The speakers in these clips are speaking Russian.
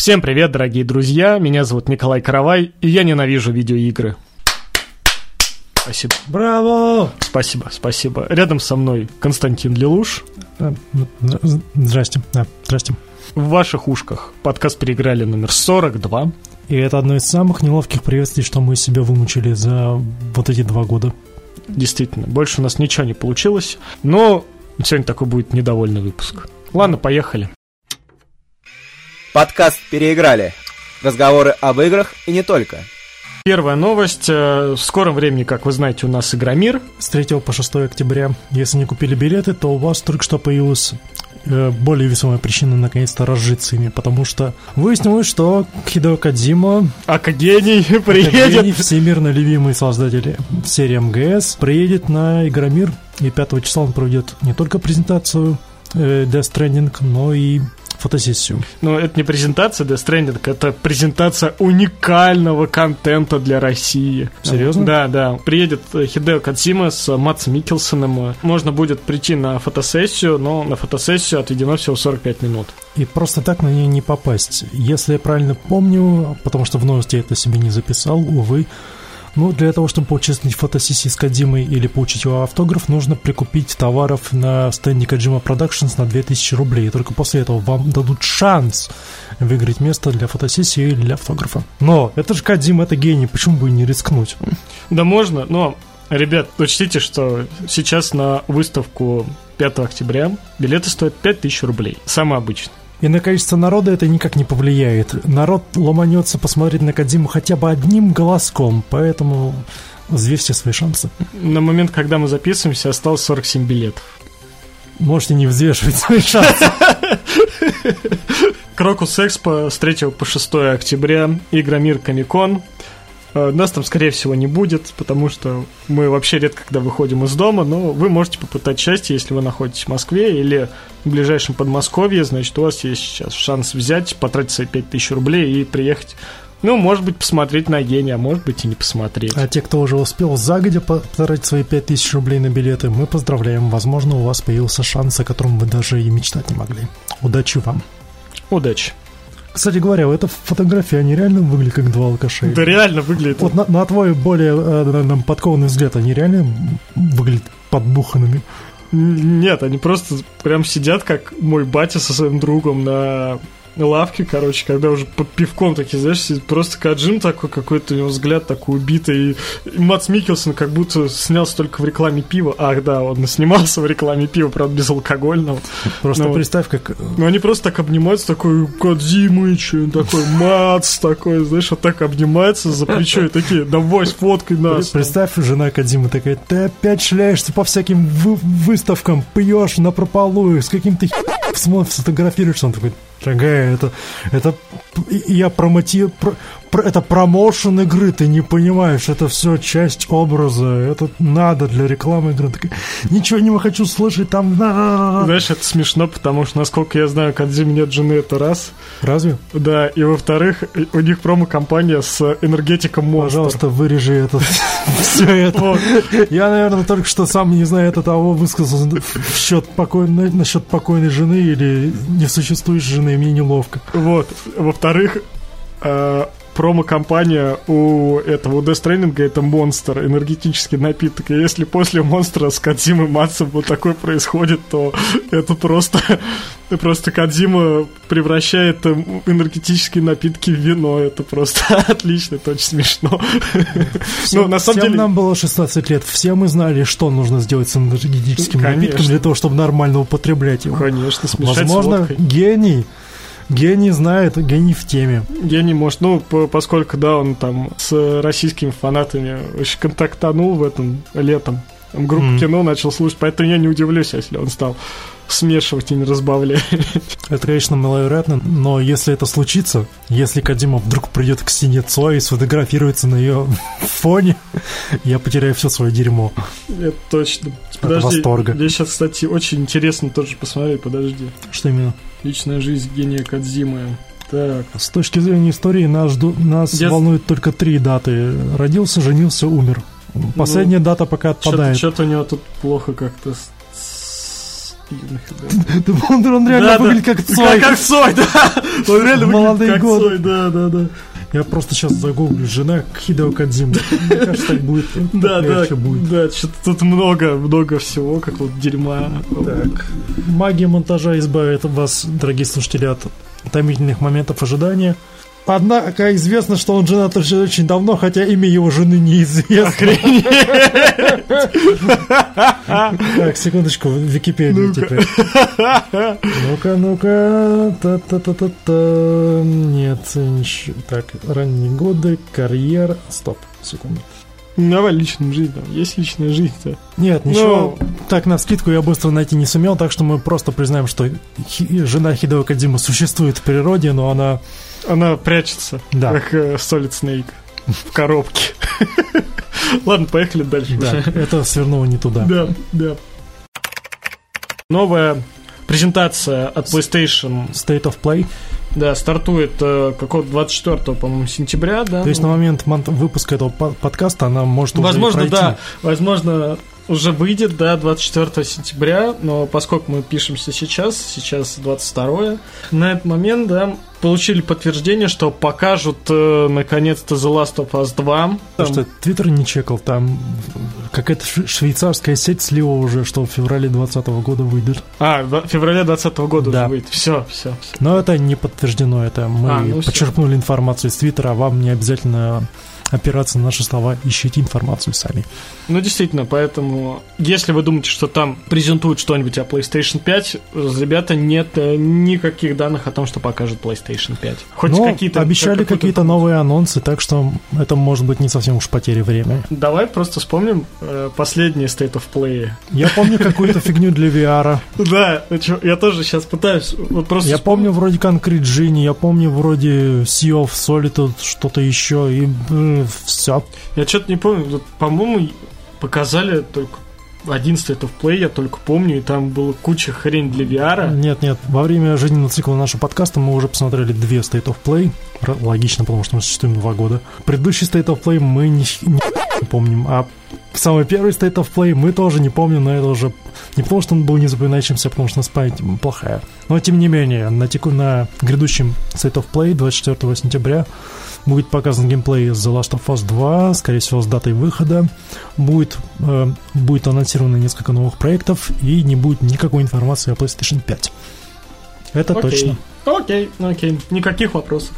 Всем привет, дорогие друзья, меня зовут Николай Каравай, и я ненавижу видеоигры. Спасибо. Браво! Спасибо. Рядом со мной Константин Лелуш. Здрасте. В ваших ушках подкаст «Переиграли» номер 42. И это одно из самых неловких приветствий, что мы себя вымучили за вот эти 2 года. Действительно, больше у нас ничего не получилось, но сегодня такой будет недовольный выпуск. Ладно, поехали. Подкаст «Переиграли». Разговоры об играх и не только. Первая новость. В скором времени, как вы знаете, у нас Игромир. С 3 по 6 октября. Если не купили билеты, то у вас только что появилась более весомая причина наконец-то разжиться ими, потому что выяснилось, что Хидео Кодзима, Акагений, приедет. Всемирно любимый создатель серии МГС, приедет на Игромир, и 5 числа он проведет не только презентацию Death Stranding, но и фотосессию. Но это не презентация Death Stranding, это презентация уникального контента для России. Серьезно? Да. Приедет Хидео Кодзима с Мадсом Миккелсеном. Можно будет прийти на фотосессию, но на фотосессию отведено всего 45 минут. И просто так на нее не попасть. Если я правильно помню, потому что в новости я это себе не записал, увы, для того, чтобы поучаствовать в фотосессии с Кодзимой или получить его автограф, нужно прикупить товаров на стенде Kojima Productions на 2000 рублей. И только после этого вам дадут шанс выиграть место для фотосессии или для автографа. Но это же Кодзима, это гений, почему бы и не рискнуть? Да можно, но, ребят, учтите, что сейчас на выставку 5 октября билеты стоят 5000 рублей. Самый обычный. И на количество народа это никак не повлияет. Народ ломанется посмотреть на Кодзиму хотя бы одним голоском, поэтому взвесьте свои шансы. На момент, когда мы записываемся, осталось 47 билетов. Можете не взвешивать свои шансы. Крокус Экспо с 3 по 6 октября, Игромир Комик-кон. Нас там, скорее всего, не будет, потому что мы вообще редко когда выходим из дома, но вы можете попытать счастье, если вы находитесь в Москве или в ближайшем Подмосковье, значит, у вас есть сейчас шанс взять, потратить свои 5000 рублей и приехать, может быть, посмотреть на гения, а может быть и не посмотреть. А те, кто уже успел загодя потратить свои 5000 рублей на билеты, мы поздравляем, возможно, у вас появился шанс, о котором вы даже и мечтать не могли. Удачи вам. Удачи. Кстати говоря, эта фотография, они реально выглядят как 2 алкаша? Да реально выглядит. Вот на твой более подкованный взгляд, они реально выглядят подбуханными? Нет, они просто прям сидят, как мой батя со своим другом на лавке, когда уже под пивком такие, знаешь, сидит, просто Коджим такой, какой-то у него взгляд такой убитый, и Мадс Миккелсен как будто снялся только в рекламе пива. Ах да, он снимался в рекламе пива, правда, безалкогольного. Просто представь, как... они просто так обнимаются, такой Кодзимыч, такой Мадс, такой, знаешь, вот так обнимаются за плечо и такие, давай сфоткай нас. Представь, жена Кодзимы такая, ты опять шляешься по всяким выставкам, пьешь напропалую, с каким-то сфотографируешься, он такой, дорогая, это я это промоушен игры, ты не понимаешь, это все часть образа, это надо для рекламы игры. Ничего не хочу слышать, там... Знаешь, это смешно, потому что, насколько я знаю, Кодзиме нет жены, это раз. Разве? Да, и во-вторых, у них промо-компания с энергетиком Monster. Пожалуйста, вырежи это. Все это. Я, наверное, только что сам, не знаю, это того высказался насчет покойной жены или несуществующей жены, мне неловко. Вот. Во-вторых, промо-компания у Death Stranding это Monster, энергетический напиток. И если после Monster с Кодзимой Мадсом вот такое происходит, то это просто Кодзима превращает энергетические напитки в вино. Это просто отлично, это очень смешно. На самом деле нам было 16 лет, все мы знали, что нужно сделать с энергетическим напитком для того, чтобы нормально употреблять его. Конечно, смешать с водкой. Возможно, гений знает, гений в теме. Гений может, поскольку, да, он там с российскими фанатами очень контактанул в этом летом. Группу кино начал слушать, поэтому я не удивлюсь, если он стал смешивать и не разбавлять. Это, конечно, маловероятно, но если это случится, если Кодзима вдруг придет к стене Цоя и сфотографируется на ее фоне, я потеряю все свое дерьмо. Это точно. Подожди, от восторга. Здесь сейчас, кстати, очень интересно тоже посмотреть, подожди. Что именно? Личная жизнь гения Кодзимы. Так. С точки зрения истории нас волнует только 3 даты. Родился, женился, умер. Последняя дата пока отпадает. Что-то у него тут плохо как-то юный Хидео. Он реально выглядит как Цой. Как Цой, да. Он реально выглядит как Цой, да. Я просто сейчас загуглю «жена Хидео Кодзимы». Мне кажется, так будет. Да, что-то тут много всего, как вот дерьма. Так. Магия монтажа избавит вас, дорогие слушатели, от томительных моментов ожидания. Однако известно, что он женат уже очень давно, хотя имя его жены неизвестно. Так, секундочку, в Википедию теперь. Ну-ка. Нет, ничего. Так, ранние годы, карьера. Стоп, секунду. Давай личную жизнь, там есть личная жизнь-то. Нет, ничего. Так, навскидку я быстро найти не сумел, так что мы просто признаем, что жена Хидео Кодзимы существует в природе, но она прячется, да. Как Solid Snake в коробке. Ладно, поехали дальше. Да, это свернуло не туда. Да. Новая презентация от PlayStation State of Play. Да, стартует какого-то 24, по-моему, сентября, да. То есть на момент выпуска этого подкаста она может уже пройти. Да, возможно, уже выйдет, да, 24 сентября, но поскольку мы пишемся сейчас 22, на этот момент, да, получили подтверждение, что покажут наконец-то The Last of Us 2. Потому что Твиттер не чекал, там какая-то швейцарская сеть слила уже, что в феврале 2020 года выйдет. В феврале 2020 года да. уже выйдет. Все. Но это не подтверждено, это мы почерпнули информацию из Твиттера, а вам не обязательно опираться на наши слова, ищите информацию сами. Ну, действительно, поэтому, если вы думаете, что там презентуют что-нибудь о PlayStation 5, ребята, нет никаких данных о том, что покажет PlayStation 5. Хоть какие-то... обещали какие-то новые анонсы, так что это может быть не совсем уж потеря времени. Давай просто вспомним последние State of Play. Я помню какую-то фигню для VR. Да, я тоже сейчас пытаюсь... Я помню вроде Concrete Genie, я помню вроде Sea of Solitude, что-то еще, и все. Я что-то не помню, по-моему, показали только один State of Play, я только помню, и там была куча хрень для VR. Нет, во время жизненного цикла нашего подкаста мы уже посмотрели 2 State of Play. Логично, потому что мы существуем 2 года. Предыдущий State of Play мы не помним, а самый первый State of Play мы тоже не помним, но это уже не потому, что он был незапоминающимся, а потому что у нас память плохая. Но тем не менее, на грядущем State of Play 24 сентября будет показан геймплей The Last of Us 2, скорее всего, с датой выхода. Будет анонсировано несколько новых проектов, и не будет никакой информации о PlayStation 5. Это точно. Окей. Никаких вопросов.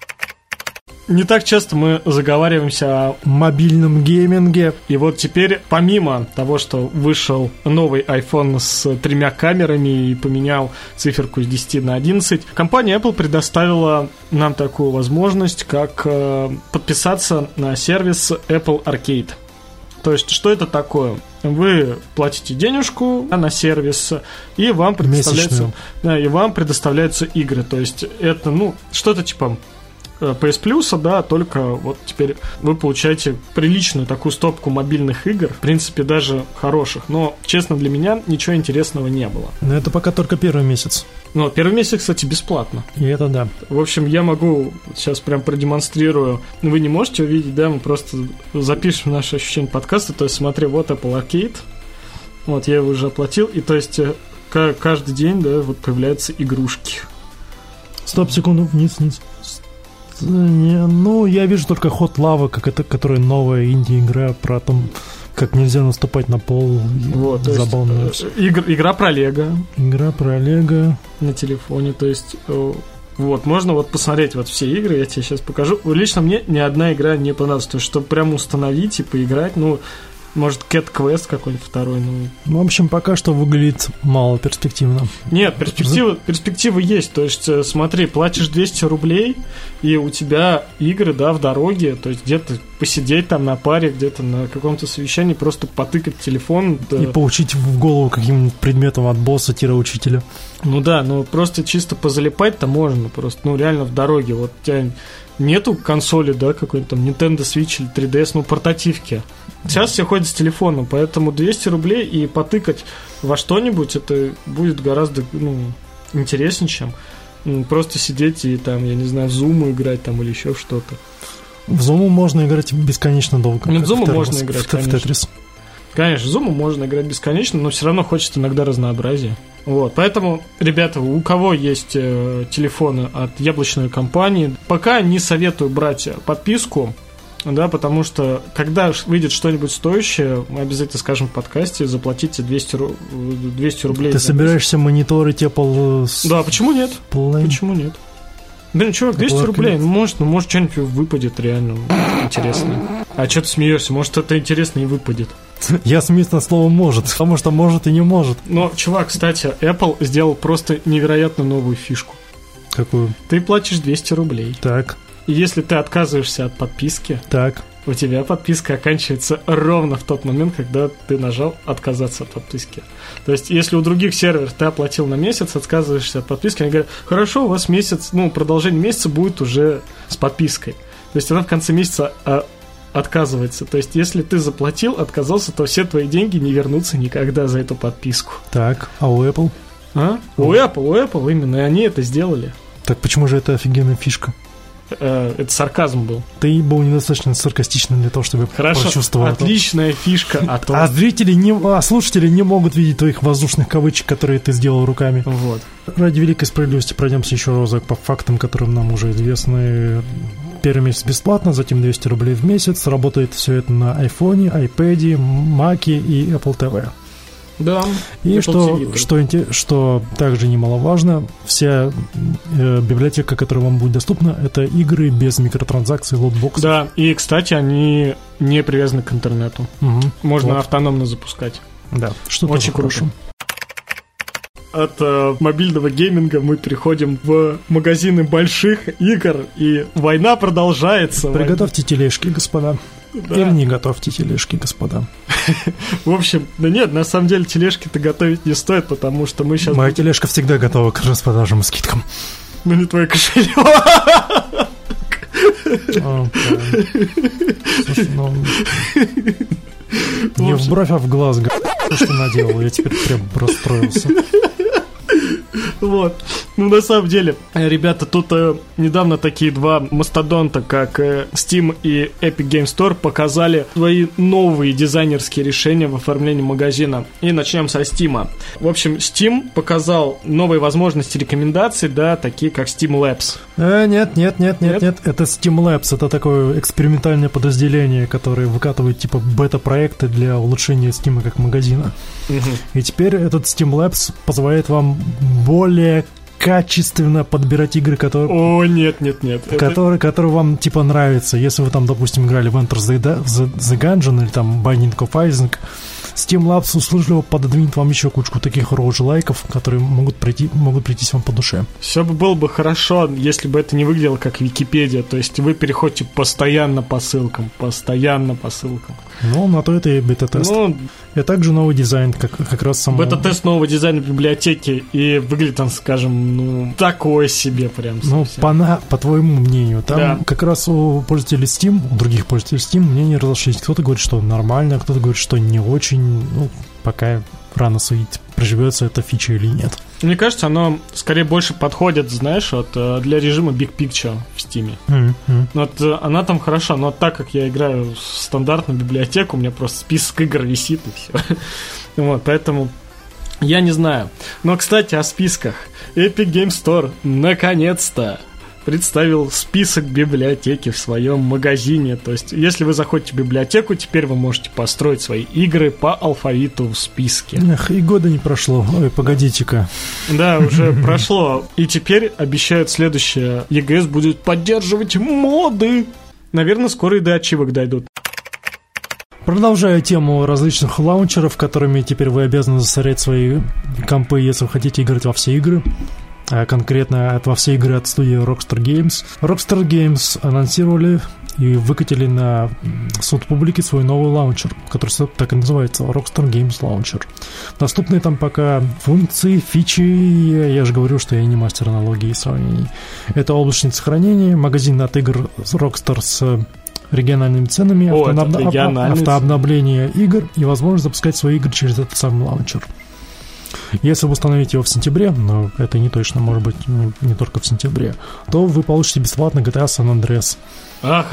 Не так часто мы заговариваемся о мобильном гейминге. И вот теперь, помимо того, что вышел новый iPhone с 3 камерами и поменял циферку с 10 на 11, компания Apple предоставила нам такую возможность, как подписаться на сервис Apple Arcade. То есть, что это такое? Вы платите денежку на сервис, и вам предоставляются игры. То есть, это, что-то типа PS Plus, да, только вот теперь вы получаете приличную такую стопку мобильных игр, в принципе, даже хороших, но, честно, для меня ничего интересного не было. Но это пока только первый месяц. Ну, первый месяц, кстати, бесплатно. И это да. В общем, я могу сейчас прям продемонстрирую. Вы не можете увидеть, да, мы просто запишем наше ощущение подкаста, то есть, смотри, вот Apple Arcade, вот я его уже оплатил, и то есть каждый день, да, вот появляются игрушки. Стоп, секунду, вниз. Я вижу только Hot Lava, которая новая инди-игра про то, как нельзя наступать на пол. Вот, забавно. Игра про Лего. Игра про Лего. На телефоне, то есть... Вот, можно вот посмотреть вот все игры, я тебе сейчас покажу. Лично мне ни одна игра не понравилась, то есть, чтобы прямо установить и поиграть, может, Cat Quest какой-нибудь второй. В общем, пока что выглядит мало перспективно. Нет, перспективы есть. То есть, смотри, платишь 200 рублей, и у тебя игры, да, в дороге. То есть, где-то посидеть там на паре, где-то на каком-то совещании, просто потыкать телефон. Да. И получить в голову каким-нибудь предметом от босса-учителя. Просто чисто позалипать-то можно. Просто, реально в дороге. Вот у тебя нету консоли, да, какой-нибудь там Nintendo Switch или 3DS, портативки. Сейчас все ходят с телефоном, поэтому 200 рублей и потыкать во что-нибудь, это будет гораздо, интереснее, чем просто сидеть и там, я не знаю, в Zoom играть там или еще что-то. В Zoom можно играть бесконечно долго. В Zoom можно играть, в Tetris. Конечно, в Zoom можно играть бесконечно, но все равно хочется иногда разнообразия. Вот, поэтому, ребята, у кого есть телефоны от яблочной компании, пока не советую брать подписку, да, потому что, когда выйдет что-нибудь стоящее, мы обязательно скажем в подкасте, заплатите 200 рублей. Ты собираешься мониторить Apple? Да, почему нет? Почему нет? Блин, чувак, 200 рублей, может что-нибудь выпадет реально интересное. А что ты смеешься? Может, это интересно и выпадет. Я смеюсь на слово «может», потому что может и не может. Но, чувак, кстати, Apple сделал просто невероятно новую фишку. Какую? Ты платишь 200 рублей. Так. И если ты отказываешься от подписки, так, у тебя подписка оканчивается ровно в тот момент, когда ты нажал «отказаться от подписки». То есть, если у других серверов ты оплатил на месяц, отказываешься от подписки, они говорят: хорошо, у вас месяц, продолжение месяца будет уже с подпиской. То есть, она в конце месяца отказывается. То есть, если ты заплатил, отказался, то все твои деньги не вернутся никогда за эту подписку. Так, а у Apple? У Apple именно, и они это сделали. Так почему же это офигенная фишка? Это сарказм был. Ты был недостаточно саркастичным для того, чтобы прочувствовал. Отличная фишка. А слушатели не могут видеть твоих воздушных кавычек, которые ты сделал руками. Вот. Ради великой справедливости пройдемся еще разок по фактам, которым нам уже известны. Первый месяц бесплатно, затем 200 рублей в месяц. Работает все это на iPhone, iPad, Mac и Apple TV. Да. И что также немаловажно, вся библиотека, которая вам будет доступна, это игры без микротранзакций, лотбоксов. Да, и, кстати, они не привязаны к интернету. Угу. Можно автономно запускать. Да, что очень круто. От мобильного гейминга мы переходим в магазины больших игр, и война продолжается. Приготовьте тележки, господа. Да. Или не готовьте тележки, господа. В общем, да нет, на самом деле тележки-то готовить не стоит, потому что мы сейчас... Моя тележка всегда готова к распродажам и скидкам. Ну не твой кошелек. Слушай, не в бровь, а в глаз. Что наделал, я теперь прям расстроился. Вот. На самом деле, ребята, тут недавно такие два мастодонта, как Steam и Epic Game Store, показали свои новые дизайнерские решения в оформлении магазина. И начнем со Steam. В общем, Steam показал новые возможности рекомендаций, да, такие как Steam Labs. Нет. Это Steam Labs, это такое экспериментальное подразделение, которое выкатывает типа бета-проекты для улучшения Steam как магазина. И теперь этот Steam Labs позволяет вам более качественно подбирать игры, которые... О, нет. Которые вам, типа, нравятся. Если вы там, допустим, играли в Enter the Gungeon или там Binding of Isaac, Steam Labs услужливо пододвинет вам еще кучку таких роуджлайков, которые могут прийтись вам по душе. Все бы было бы хорошо, если бы это не выглядело как Википедия. То есть вы переходите постоянно по ссылкам. Ну, на то это и бета-тест. И также новый дизайн, как раз само... Бета-тест нового дизайна библиотеки, и выглядит он, скажем, такой себе прям. По твоему мнению, там как раз у пользователей Steam, у других пользователей Steam мнения разошлись. Кто-то говорит, что нормально, кто-то говорит, что не очень. Пока рано судить, приживется эта фича или нет. Мне кажется, оно скорее больше подходит, знаешь, для режима Big Picture в Steam. Она там хороша, но так как я играю в стандартную библиотеку, у меня просто список игр висит и все. Поэтому я не знаю. Но, кстати, о списках. Epic Game Store наконец-то представил список библиотеки в своем магазине. То есть, если вы заходите в библиотеку, теперь вы можете построить свои игры по алфавиту в списке. И года не прошло. Ой, погодите-ка. Да, уже прошло. И теперь обещают следующее. EGS будет поддерживать моды. Наверное, скоро и до ачивок дойдут. Продолжая тему различных лаунчеров, которыми теперь вы обязаны засорять свои компы, если вы хотите играть во все игры. А конкретно во все игры от студии Rockstar Games. Rockstar Games анонсировали и выкатили на суд публики свой новый лаунчер, который так и называется, Rockstar Games Launcher. Доступны там пока функции, фичи, я же говорю, что я не мастер аналогии и сравнений. Это облачное сохранение, магазин от игр Rockstar с региональными ценами, автообновление игр и возможность запускать свои игры через этот самый лаунчер. Если вы установите его в сентябре, но это не точно, может быть, не только в сентябре, то вы получите бесплатно GTA San Andreas. Ах,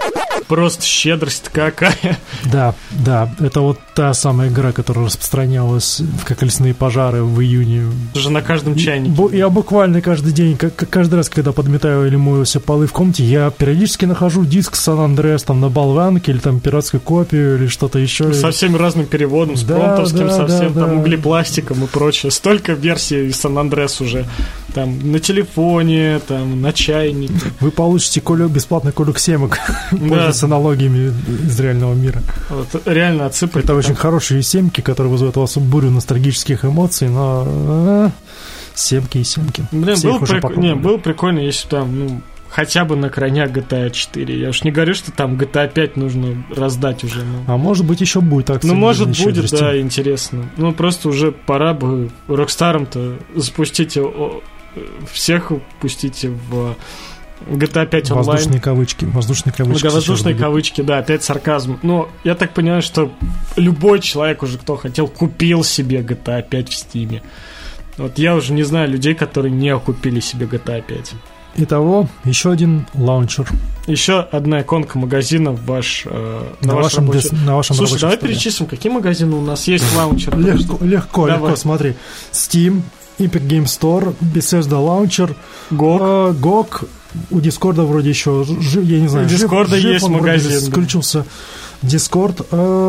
просто щедрость какая. Да, это вот та самая игра, которая распространялась как лесные пожары в июне. Уже на каждом чайнике. Я буквально каждый день, каждый раз, когда подметаю или мою все полы в комнате, я периодически нахожу диск Сан-Андреас там на болванке или там пиратскую копию или что-то еще. Со всем разным переводом, с промптовским, со всем там углепластиком и прочее. Столько версий Сан-Андреас уже. Там на телефоне, там на чайнике. Вы получите бесплатный колюк семок, пользуясь с аналогиями из реального мира. Вот, реально отсыпать. Это очень хорошие семки, которые вызывают у вас бурю ностальгических эмоций, но семки и семки. Блин, было прикольно, если там, хотя бы на крайняк GTA 4. Я уж не говорю, что там GTA 5 нужно раздать уже. А может быть, еще будет акция. Может будет, да, интересно. Просто уже пора бы Rockstar'ам-то запустить всех, пустите в GTA 5 онлайн. Воздушные кавычки. Воздушные кавычки, да, опять сарказм. Но я так понимаю, что любой человек уже, кто хотел, купил себе GTA 5 в Steam. Вот я уже не знаю людей, которые не купили себе GTA 5. Итого, еще один лаунчер. Еще одна иконка магазина на вашем Слушай, давай перечислим, какие магазины у нас есть лаунчер. Легко, смотри. Steam, Epic Game Store, Bethesda Launcher, GOG. У Discord вроде еще, я не знаю, у Discord есть магазин. Включился Discord,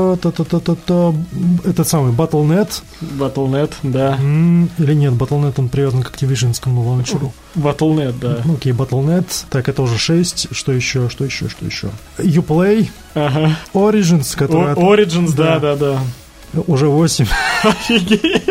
этот самый Battle.net, да. Или нет, Battle.net он привязан к Activision'скому лаунчеру. Battle.net, да. Окей, Battle.net, так, это уже 6, что еще? Uplay, ага. Origins, который... Origins, да. Уже 8. Офигеть.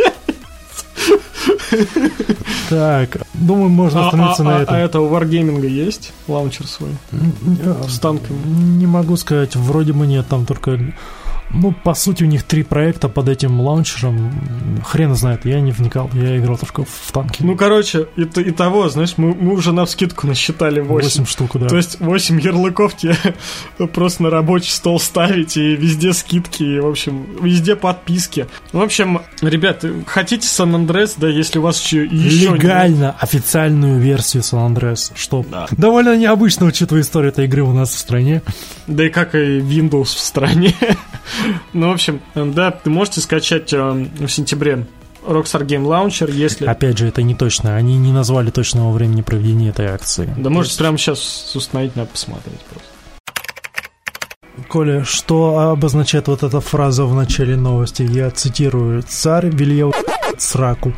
Так, думаю, можно остановиться на этом. А это у Wargaming есть лаунчер свой? С танками? Не могу сказать, вроде бы нет, там только... по сути, у них 3 проекта под этим лаунчером. Хрен знает, я не вникал, я играл только в танки. Короче, итого, знаешь, мы уже навскидку насчитали 8 штук, да. То есть 8 ярлыков тебе просто на рабочий стол ставить, и везде скидки, и, в общем, везде подписки. В общем, ребят, хотите Сан-Андреас, да, если у вас еще... Легально официальную версию Сан-Андреас, что довольно необычно, учитывая историю этой игры у нас в стране. Да и как и Windows в стране. В общем, да, ты можете скачать в сентябре Rockstar Game Launcher, если... Опять же, это не точно, они не назвали точного времени проведения этой акции. Да, может, прямо сейчас установить, надо посмотреть просто. Коля, что обозначает вот эта фраза в начале новости? Я цитирую: «Царь велел сраку».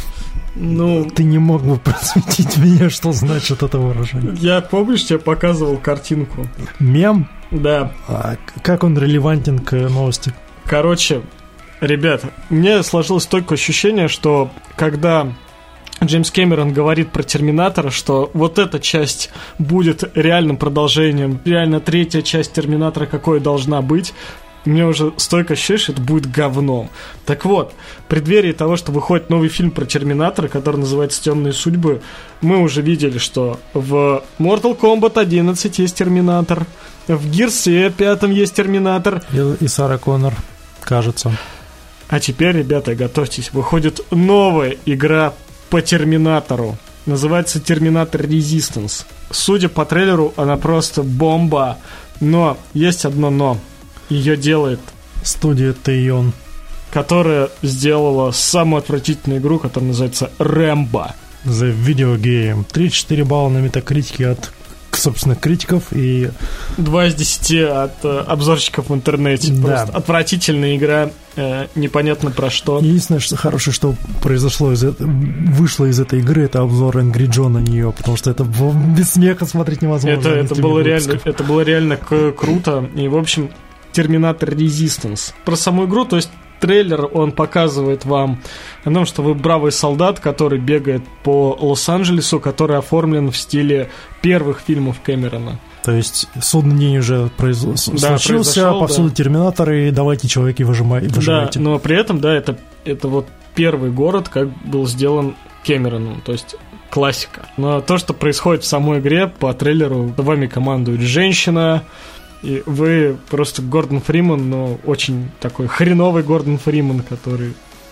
Ты не мог бы просветить меня, что значит это выражение? Я, помнишь, тебе показывал картинку? Мем? Да. А как он релевантен к новости? Короче, ребят, мне сложилось такое ощущение, что когда Джеймс Кэмерон говорит про Терминатора, что вот эта часть будет реальным продолжением, реально третья часть Терминатора какой должна быть, мне уже стойко ощущение, что это будет говном. Так вот, в преддверии того, что выходит новый фильм про Терминатора, который называется «Темные судьбы», мы уже видели, что в Mortal Kombat 11 есть Терминатор, в Гирсе 5 есть Терминатор. И Сара Коннор, кажется. А теперь, ребята, готовьтесь, выходит новая игра по Терминатору. Называется Терминатор Resistance. Судя по трейлеру, она просто бомба. Но есть одно но. Ее делает студия Тейон, которая сделала самую отвратительную игру, которая называется Рэмбо. The Video Game. 34 балла на метакритике от, собственно, критиков и 2 из 10 от обзорщиков в интернете. Да. Просто отвратительная игра, непонятно про что. Единственное, что хорошее, что произошло вышло из этой игры, это обзор Angry John на нее, потому что это без смеха смотреть невозможно. Это было реально круто. И, в общем, Терминатор Resistance. Про саму игру, то есть трейлер, он показывает вам о том, что вы бравый солдат, который бегает по Лос-Анджелесу, который оформлен в стиле первых фильмов Кэмерона. То есть судный день уже случился, повсюду терминаторы, давайте, человеки, выживайте. Да, но при этом, да, это вот первый город, как был сделан Кэмероном, то есть классика. Но то, что происходит в самой игре, по трейлеру вами командует женщина, и вы просто Гордон Фриман, но очень такой хреновый Гордон Фриман, который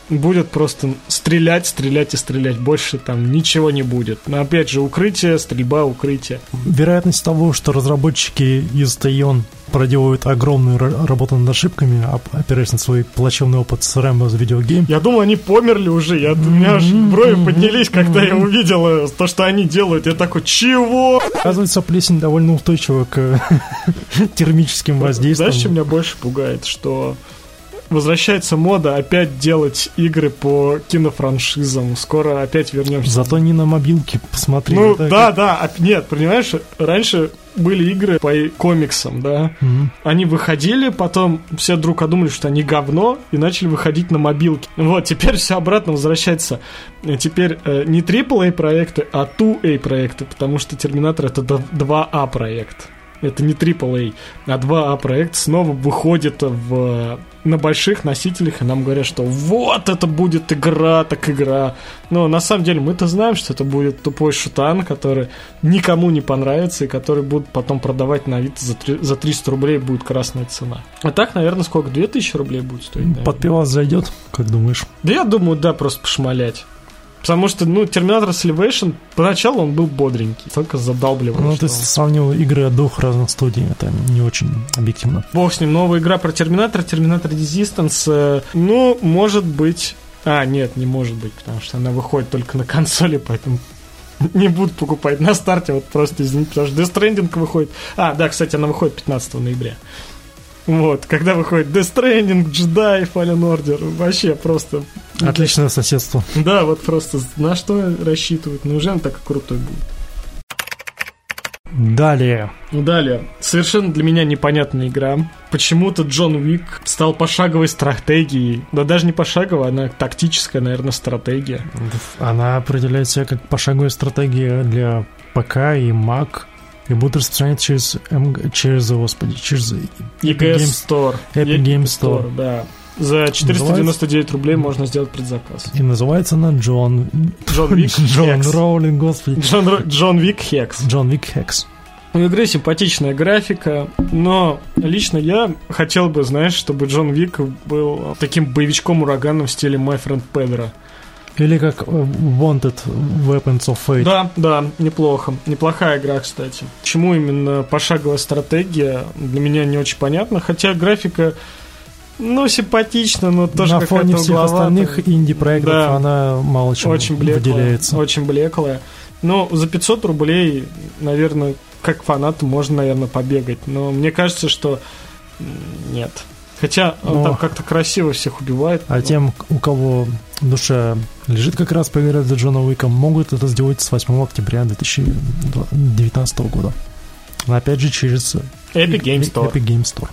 будет просто стрелять, стрелять и стрелять. Больше там ничего не будет. Но опять же, укрытие, стрельба, укрытие. Вероятность того, что разработчики из Тайон проделывают огромную работу над ошибками, опираясь на свой плачевный опыт с Rambo's Video Game. Я думал, они померли уже. У меня аж брови поднялись, когда я увидел то, что они делают. Я такой, чего? Оказывается, плесень довольно устойчива к термическим воздействиям. Знаешь, что меня больше пугает? Что возвращается мода опять делать игры по кинофраншизам. Скоро опять вернемся. Зато не на мобилке, посмотри. Ну, да. Нет, понимаешь, раньше были игры по комиксам, да. Они выходили, потом все вдруг подумали, что они говно, и начали выходить на мобилки. Вот, теперь все обратно возвращается. Теперь не AAA проекты, а 2A проекты, потому что Терминатор — это 2А проект. Это не AAA, а 2А проект снова выходит на больших носителях, и нам говорят, что вот это будет игра, так игра. Но на самом деле мы-то знаем, что это будет тупой шутан, который никому не понравится, и который будут потом продавать на Авито за 300 рублей, будет красная цена. А так, наверное, сколько? 2000 рублей будет стоить? Наверное. Под пивас зайдет, как думаешь? Да я думаю, да, просто пошмалять. Потому что, Терминатор Salvation, поначалу он был бодренький, только задалбливал. Ну, ты сравнил игры от двух разных студий, это не очень объективно. Бог с ним, новая игра про Терминатор, Терминатор Resistance, может быть... нет, не может быть, потому что она выходит только на консоли, поэтому не буду покупать на старте, вот просто извините, потому что Death Stranding выходит... да, кстати, она выходит 15 ноября. Вот, когда выходит Death Stranding, Jedi, Fallen Order, вообще просто... Отличное соседство. Да, вот просто на что рассчитывают, неужели он так крутой будет? Далее. Совершенно для меня непонятная игра. Почему-то Джон Уик стал пошаговой стратегией. Да даже не пошаговой, она тактическая, наверное, стратегия. Она определяет себя как пошаговая стратегия для ПК и Mac. И будут распространяться через EGS Store. Epic Game Store. Да. За 499 рублей можно сделать предзаказ. И называется она Джон Вик Джон Роулинг, господи. Джон Вик Хекс. Джон Вик Хекс. У игры симпатичная графика, но лично я хотел бы, чтобы Джон Вик был таким боевичком-ураганом в стиле My Friend Pedro. Или как Wanted Weapons of Fate. Да, неплохо. Неплохая игра, кстати. Почему именно пошаговая стратегия, для меня не очень понятно. Хотя графика, симпатична, но тоже какая-то угловатая. На фоне всех остальных инди-проектов она мало чем выделяется. Очень блеклая. Но за 500 рублей, наверное, как фанату можно, наверное, побегать. Но мне кажется, что нет. Хотя он там как-то красиво всех убивает. Тем, у кого душа лежит как раз поиграть за Джона Уика, могут это сделать с 8 октября 2019 года. Но опять же через Epic Game Store.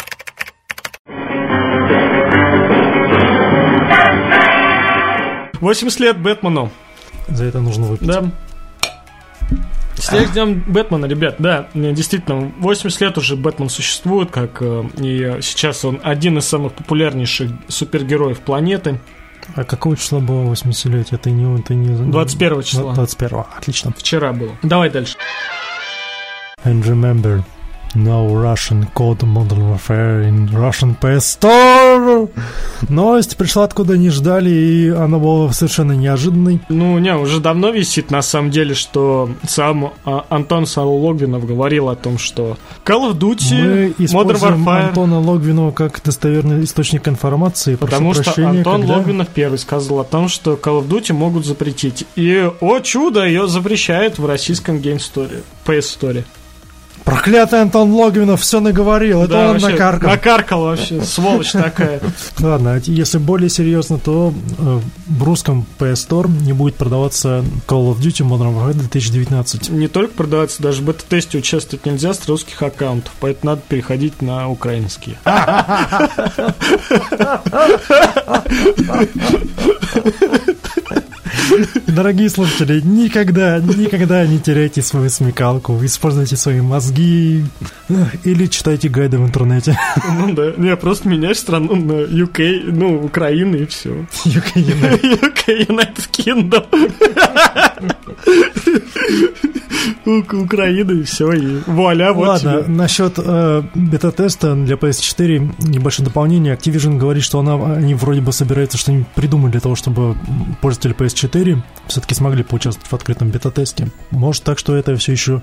80 лет Бэтмену. За это нужно выпить. Да. Все ждем Бэтмена, ребят. Да, действительно, 80 лет уже Бэтмен существует, и сейчас он один из самых популярнейших супергероев планеты. А какого числа было 80-летие? Это не 21 числа. 21, отлично. Вчера было. Давай дальше. And remember, no Russian code Modern Warfare in Russian PS Store. Новость пришла откуда не ждали, и она была совершенно неожиданной. Уже давно висит, на самом деле, что сам Антон Логвинов говорил о том, что Call of Duty, мы Modern Warfare... Антона Логвинова как достоверный источник информации. Потому что Антон Логвинов первый сказал о том, что Call of Duty могут запретить. И, о чудо, ее запрещают в российском Game Store, PS Store. Проклятый Антон Логвинов все наговорил. Это он накаркал. Накаркал вообще, сволочь такая. Ладно, если более серьезно, то в русском PS Store не будет продаваться Call of Duty Modern Warfare 2019. Не только продаваться, даже в бета-тесте участвовать нельзя с русских аккаунтов, поэтому надо переходить на украинские. Дорогие слушатели, никогда не теряйте свою смекалку, используйте свои мозги или читайте гайды в интернете. Не, просто меняешь страну на UK, Украину и все. UK United Kingdom. Украины, и все, и вуаля, вот Ладно, тебе. насчет бета-теста для PS4 небольшое дополнение. Activision говорит, что они вроде бы собираются что-нибудь придумать для того, чтобы пользователи PS4 все-таки смогли поучаствовать в открытом бета-тесте. Может так, что это все еще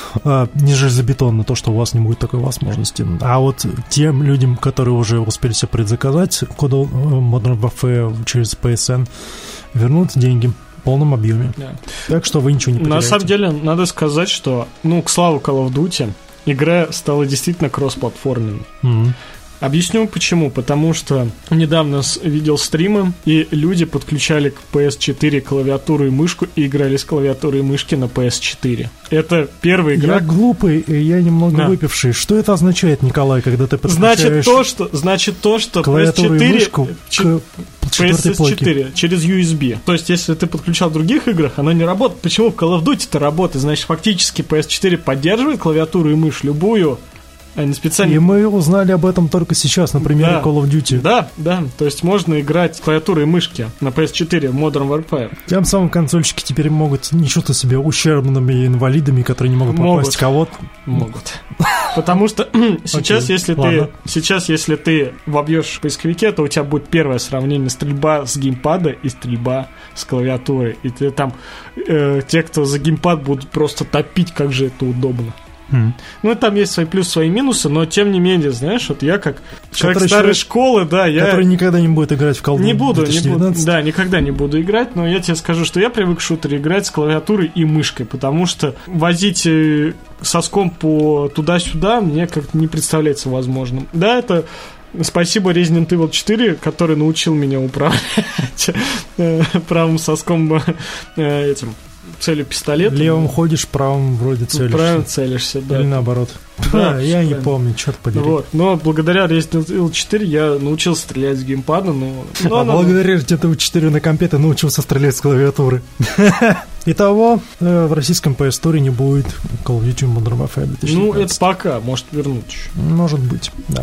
не железобетонно, то, что у вас не будет такой возможности. А вот тем людям, которые уже успели себе предзаказать Modern Warfare через PSN, вернут деньги в полном объеме. Да. Так что вы ничего не потеряете. На самом деле, надо сказать, что, к славу Call of Duty, игра стала действительно кроссплатформенной. Mm-hmm. Объясню почему. Потому что недавно видел стримы, и люди подключали к PS4 клавиатуру и мышку и играли с клавиатурой и мышки на PS4. Это первая игра... Я глупый, я немного выпивший. Что это означает, Николай, когда ты подключаешь Значит то, что клавиатуру PS4... и мышку к PS4 через USB. То есть, если ты подключал в других играх, оно не работает. Почему в Call of Duty это работает? Значит, фактически PS4 поддерживает клавиатуру и мышь любую, а не специально. И мы узнали об этом только сейчас, на примере Call of Duty. Да. То есть, можно играть с клавиатурой и мышки на PS4 в Modern Warfare. Тем самым консольщики теперь могут не чувствовать себя ущербными инвалидами, которые не могут попасть в кого-то. Могут. Потому что сейчас, если ты вобьешь в поисковике, то у тебя будет первое сравнение: стрельба с геймпада и стрельба с клавиатуры. И ты там, те, кто за геймпад, будут просто топить, как же это удобно. Там есть свои плюсы, свои минусы, но тем не менее, знаешь, вот я как человек старой школы, который никогда не будет играть в Call of Duty 2019. Да, никогда не буду играть, но я тебе скажу, что я привык в шутере играть с клавиатурой и мышкой, потому что возить соском по туда-сюда мне как-то не представляется возможным. Да, это... Спасибо Resident Evil 4, который научил меня управлять правым соском этим... целью пистолета. Левым ходишь, правым вроде целишься. Правым целишься, да. Или наоборот. Да, я не помню, черт подери. Вот, но благодаря Resident Evil 4 я научился стрелять с геймпада, благодаря Resident Evil 4 на компе ты научился стрелять с клавиатуры. Итого, в российском PS Store не будет Call of Duty Modern Warfare 2019. Это пока, может вернуть еще. Может быть, да.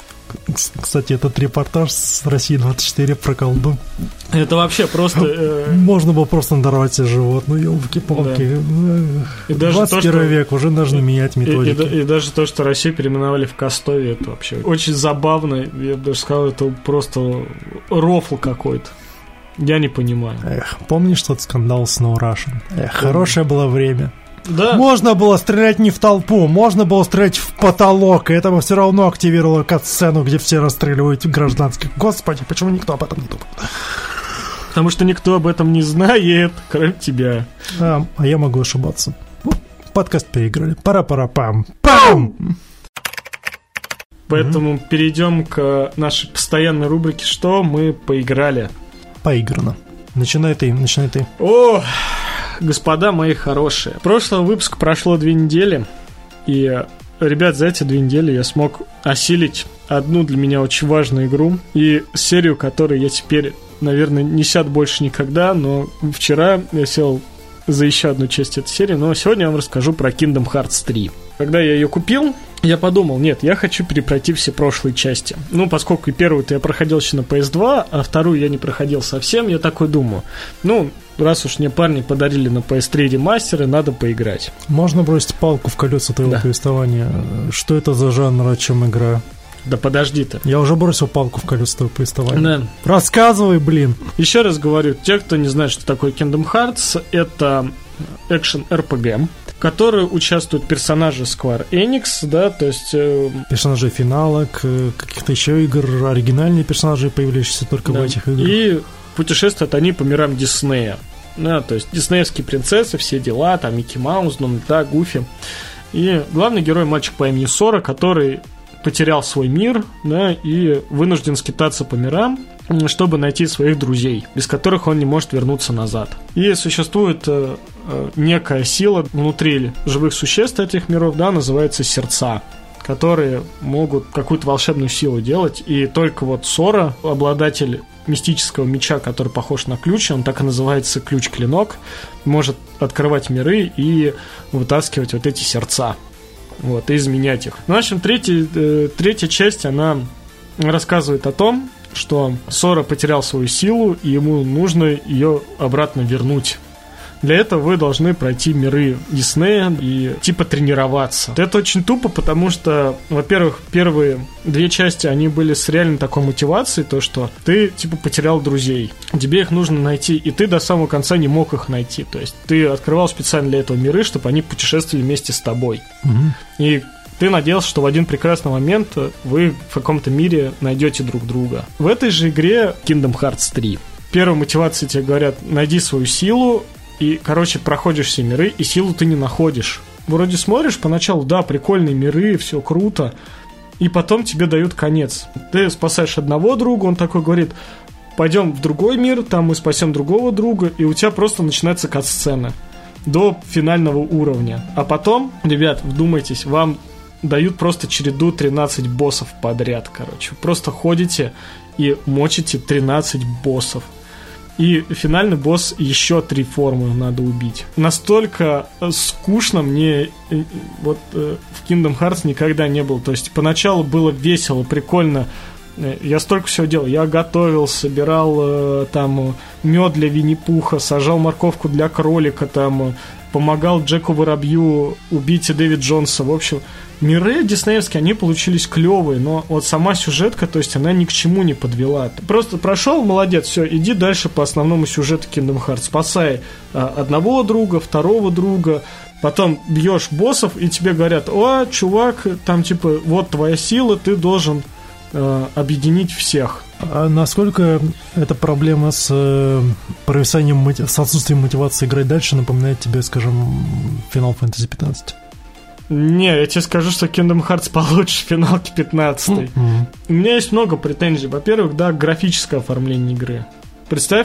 Кстати, этот репортаж с России-24 про колду. Это вообще просто... Можно было просто надорвать себе живот. Ёлки-палки. Да. 21 век, уже должны менять методики. И даже то, что Россию переименовали в Кастове, это вообще очень забавно. Я бы даже сказал, это просто рофл какой-то. Я не понимаю. Помнишь тот скандал с No Russian? Хорошее было время. Да. Можно было стрелять не в толпу, можно было стрелять в потолок, и это бы все равно активировало кат-сцену, где все расстреливают гражданских. Господи, почему никто об этом не думает? Потому что никто об этом не знает, кроме тебя. А я могу ошибаться. Подкаст переиграли. Пара-пара-пам. Пам! Поэтому перейдем к нашей постоянной рубрике «Что мы поиграли?». Поиграно. Начинай ты. О, господа мои хорошие. Прошлый выпуск прошло 2 недели, и, ребят, за эти 2 недели я смог осилить одну для меня очень важную игру и серию, которой я теперь, наверное, не сяду больше никогда, но вчера я сел за еще одну часть этой серии, но сегодня я вам расскажу про Kingdom Hearts 3. Когда я ее купил, я подумал, нет, я хочу перепройти все прошлые части. Поскольку и первую-то я проходил еще на PS2, а вторую я не проходил совсем, я такой думаю, раз уж мне парни подарили на PS3 ремастеры, надо поиграть. Можно бросить палку в колеса твоего повествования? Что это за жанр, о чем игра? Да подожди ты. Я уже бросил палку в колеса твоего повествования. Да. Рассказывай, блин. Еще раз говорю, те, кто не знает, что такое Kingdom Hearts, это экшен-РПГ, который участвуют персонажи Square Enix, да, то есть... персонажи финалок, каких-то еще игр, оригинальные персонажи, появляющиеся только в этих играх. И путешествуют они по мирам Диснея. Да, то есть диснеевские принцессы, все дела, там Микки Маус, да, Гуфи. И главный герой мальчик по имени Сора, который потерял свой мир, да, и вынужден скитаться по мирам, чтобы найти своих друзей, без которых он не может вернуться назад. И существует некая сила внутри живых существ этих миров, да, называется сердца, которые могут какую-то волшебную силу делать, и только вот Сора, обладатель мистического меча, который похож на ключ, он так и называется ключ-клинок, может открывать миры и вытаскивать вот эти сердца, вот, и изменять их. В общем, третья часть, она рассказывает о том, что Сора потерял свою силу, и ему нужно ее обратно вернуть. Для этого вы должны пройти миры Диснея и типа тренироваться. Это очень тупо, потому что, во-первых, первые 2 части, они были с реально такой мотивацией, то что ты типа потерял друзей, тебе их нужно найти, и ты до самого конца не мог их найти. То есть ты открывал специально для этого миры, чтобы они путешествовали вместе с тобой. И ты надеялся, что в один прекрасный момент вы в каком-то мире найдете друг друга. В этой же игре Kingdom Hearts 3 первая мотивация тебе говорят: найди свою силу, и, короче, проходишь все миры, и силу ты не находишь. Вроде смотришь поначалу, да, прикольные миры, все круто, и потом тебе дают конец. Ты спасаешь одного друга, он такой говорит: пойдем в другой мир, там мы спасем другого друга, и у тебя просто начинается кат-сцена до финального уровня. А потом, ребят, вдумайтесь, вам дают просто череду 13 боссов подряд, короче. Просто ходите и мочите 13 боссов. И финальный босс еще 3 формы надо убить. Настолько скучно мне вот в Kingdom Hearts никогда не было. То есть поначалу было весело, прикольно. Я столько всего делал. Я готовил, собирал там мед для Винни-Пуха, сажал морковку для кролика, там помогал Джеку Воробью убить Дэвид Джонса. В общем, миры диснеевские, они получились клевые, но вот сама сюжетка, то есть она ни к чему не подвела. Ты просто прошел, молодец, все, иди дальше по основному сюжету Kingdom Hearts. Спасай одного друга, второго друга, потом бьешь боссов, и тебе говорят: о, чувак, там типа, вот твоя сила, ты должен объединить всех. А насколько эта проблема с провисанием, с отсутствием мотивации играть дальше напоминает тебе, скажем, Final Fantasy 15? Не, я тебе скажу, что Kingdom Hearts получше финалки 15. У меня есть много претензий. Во-первых, да, графическое оформление игры. Представь,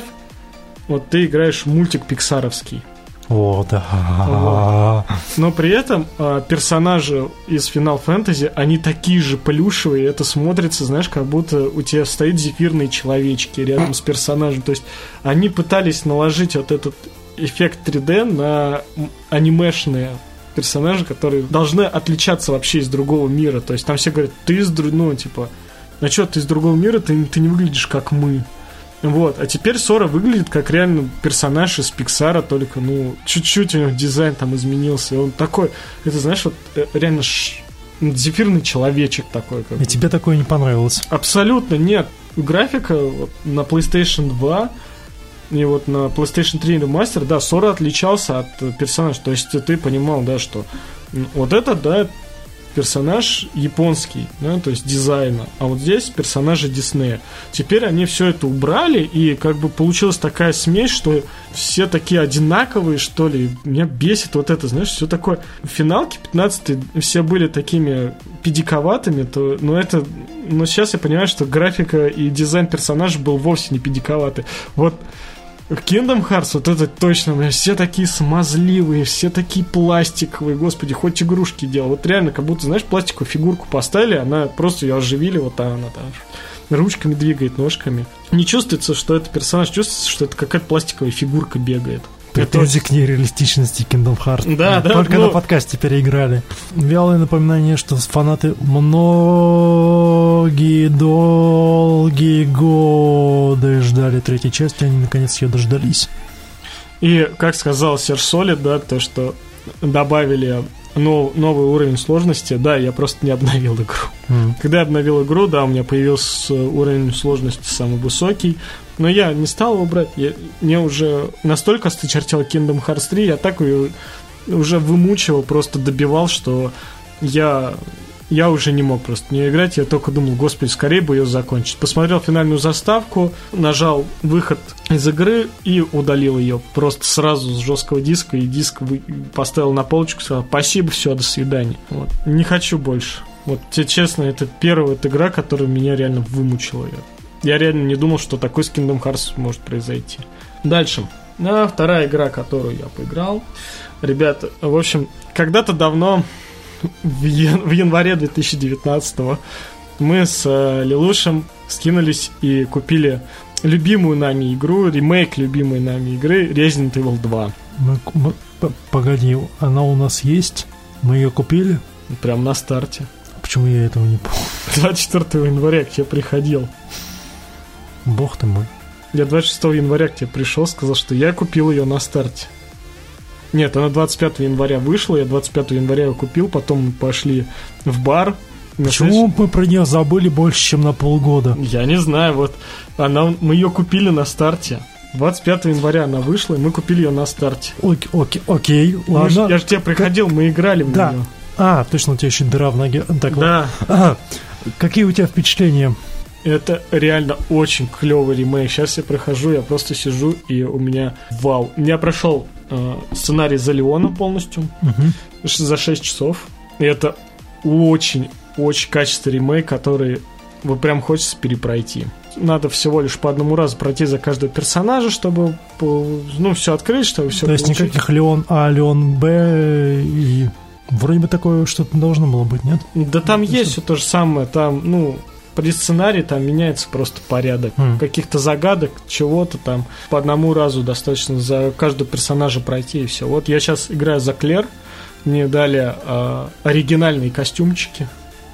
вот ты играешь в мультик пиксаровский. О, да. Вот. Но при этом персонажи из Final Fantasy, они такие же плюшевые. Это смотрится, знаешь, как будто у тебя стоят зефирные человечки рядом с персонажем. То есть они пытались наложить вот этот эффект 3D на анимешные персонажи, которые должны отличаться вообще из другого мира. То есть там все говорят: ты из другого, ну, типа, ну что, ты из другого мира, ты не выглядишь как мы. Вот, а теперь Сора выглядит как реально персонаж из Пиксара, только, ну, чуть-чуть у него дизайн там изменился. И он такой, это, знаешь, вот реально зефирный человечек такой. И тебе такое не понравилось? Абсолютно нет. Графика вот, на PlayStation 2 и вот на PlayStation 3 Remaster, да, Сора отличался от персонажа. То есть ты понимал, да, что вот это, да, персонаж японский, да, то есть дизайна, а вот здесь персонажи Диснея. Теперь они все это убрали, и как бы получилась такая смесь, что все такие одинаковые, что ли. Меня бесит вот это, знаешь, все такое. В финалке 15 все были такими педиковатыми, то, но сейчас я понимаю, что графика и дизайн персонажа был вовсе не педиковатый. Вот Kingdom Hearts, вот это точно, бля, все такие смазливые, все такие пластиковые, господи, хоть игрушки делал. Вот реально, как будто, знаешь, пластиковую фигурку поставили, она просто ее оживили, вот там она там ручками двигает, ножками. Не чувствуется, что это персонаж, чувствуется, что это какая-то пластиковая фигурка бегает. Претензии к нереалистичности Kingdom Hearts. Да, да. Только на подкасте переиграли. Вялое напоминание, что фанаты многие долгие годы ждали третьей части, они наконец ее дождались. И, как сказал Серж Солид, да, то, что добавили новый уровень сложности, да, я просто не обновил игру. Когда я обновил игру, да, у меня появился уровень сложности самый высокий, но я не стал его брать. Мне уже настолько осточертел Kingdom Hearts 3, я так ее уже вымучивал, просто добивал, что я уже не мог просто не играть. Я только думал: господи, скорее бы ее закончить. Посмотрел финальную заставку, нажал выход из игры и удалил ее просто сразу с жесткого диска, и диск поставил на полочку, сказал: спасибо, все, до свидания. Вот. Не хочу больше. Вот тебе честно, это первая игра, которая меня реально вымучила. Я реально не думал, что такой с Kingdom Hearts может произойти. Дальше. Вторая игра, которую я поиграл. Ребята, в общем, когда-то давно, в январе 2019-го, мы с Лилушем скинулись и купили любимую нами игру, ремейк любимой нами игры Resident Evil 2. Погоди, она у нас есть? Мы ее купили? Прям на старте. Почему я этого не помню? 24 января к тебе приходил. Бог ты мой. Я 26 января к тебе пришел, сказал, что я купил ее на старте. Нет, она 25 января вышла, я 25 января ее купил, потом мы пошли в бар. Почему мы про нее забыли больше, чем на полгода? Я не знаю, вот мы ее купили на старте. 25 января она вышла, и мы купили ее на старте. Окей, ладно. Я же тебе приходил, мы играли в нее. Точно, у тебя еще дыра в ноге. Так, да. Какие у тебя впечатления? Это реально очень клевый ремейк. Сейчас я прохожу, я просто сижу, и у меня вау. Я прошел сценарий за Леона полностью за 6 часов. И это очень качественный ремейк, который прям хочется перепройти. Надо всего лишь по одному разу пройти за каждого персонажа, чтобы все открыть, чтобы все получить. То есть никаких Леон А, Леон Б и... Вроде бы такое что-то должно было быть, нет? Да там есть все то же самое. Там, при сценарии там меняется просто порядок. Каких-то загадок, чего-то там. По одному разу достаточно за каждого персонажа пройти, и все. Вот я сейчас играю за Клэр. Мне дали оригинальные костюмчики.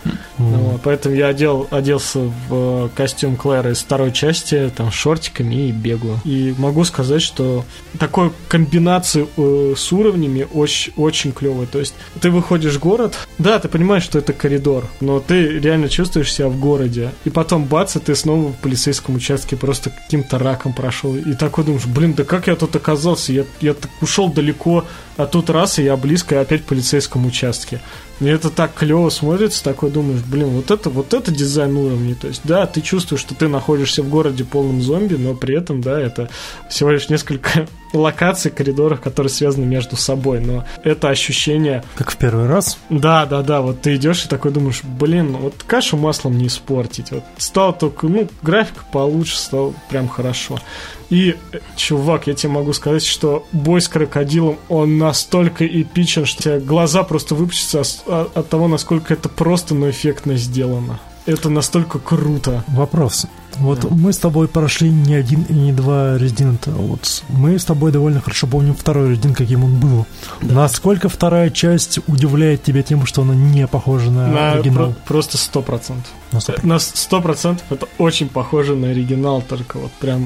Поэтому я оделся в костюм Клэра из второй части, там, с шортиками и бегаю. И могу сказать, что такой комбинации с уровнями очень клевая. То есть ты выходишь в город, да, ты понимаешь, что это коридор, но ты реально чувствуешь себя в городе. И потом бац, и ты снова в полицейском участке просто каким-то раком прошел. И такой думаешь, да как я тут оказался? Я так ушел далеко, а тут раз, и я близко, и опять в полицейском участке. И это так клево смотрится, такой думаешь, вот это дизайн уровней. То есть, да, ты чувствуешь, что ты находишься в городе полном зомби, но при этом, да, это всего лишь несколько локаций, коридоров, которые связаны между собой. Но это ощущение... Как в первый раз? Да, вот ты идешь и такой думаешь, вот кашу маслом не испортить. Вот стало только, графика получше, стало прям хорошо. И, чувак, я тебе могу сказать, что бой с крокодилом, он настолько эпичен, что у тебя глаза просто выпучатся от того, насколько это просто, но эффектно сделано. Это настолько круто. Вопрос. Мы с тобой прошли не один и не два Resident. Мы с тобой довольно хорошо помним второй Resident, каким он был. Да. Насколько вторая часть удивляет тебя тем, что она не похожа на оригинал? Просто 100%. На 100% это очень похоже на оригинал, только вот прям...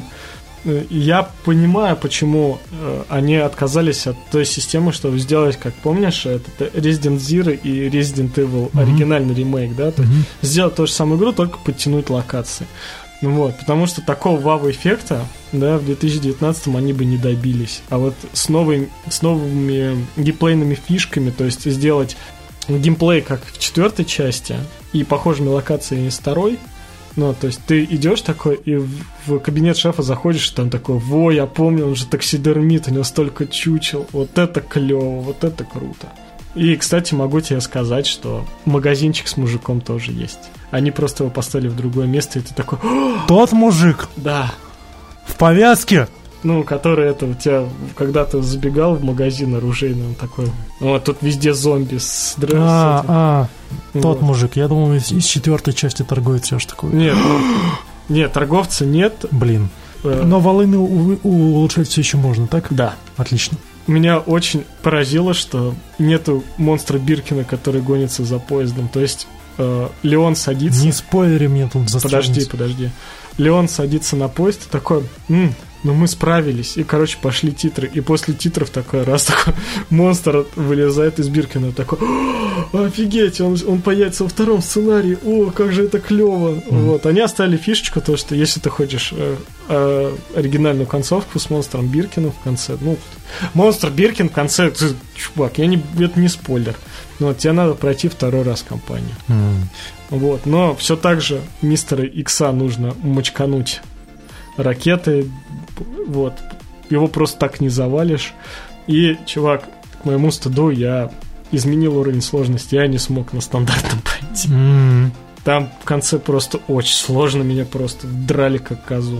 Я понимаю, почему они отказались от той системы, чтобы сделать, как помнишь, это Resident Zero и Resident Evil, оригинальный ремейк, да, то есть сделать ту же самую игру, только подтянуть локации. Потому что такого вау-эффекта, да, в 2019 они бы не добились. А вот с новыми геймплейными фишками, то есть сделать геймплей, как в 4 части, и похожими локациями из 2. То есть ты идешь такой, и в кабинет шефа заходишь, и там такой, я помню, он же таксидермит, у него столько чучел, вот это клево, вот это круто. И, кстати, могу тебе сказать, что магазинчик с мужиком тоже есть. Они просто его поставили в другое место, и ты такой... Тот мужик? Да. В повязке? Который у тебя, когда ты забегал в магазин оружейный, он такой, тут везде зомби с тот мужик, я думал, из 4 части торгует все же такое. Нет, торговца нет. Блин. Но волыны улучшать все еще можно, так? Да. Отлично. Меня очень поразило, что нету монстра Биркина, который гонится за поездом. То есть Леон садится... Не спойлери мне тут за страницу. Подожди. Леон садится на поезд и такой... мы справились. И, пошли титры. И после титров такой монстр вылезает из Биркина. Такой, офигеть, он появится во втором сценарии. Как же это клево. Они оставили фишечку, то, что если ты хочешь оригинальную концовку с монстром Биркиным в конце, монстр Биркин в конце, чувак, это не спойлер. Тебе надо пройти 2 раз кампанию. Но все так же мистера Икса нужно мочкануть ракеты, его просто так не завалишь. И, чувак, к моему стыду, я изменил уровень сложности, я не смог на стандартном пройти. Там в конце просто очень сложно, меня просто драли как козу.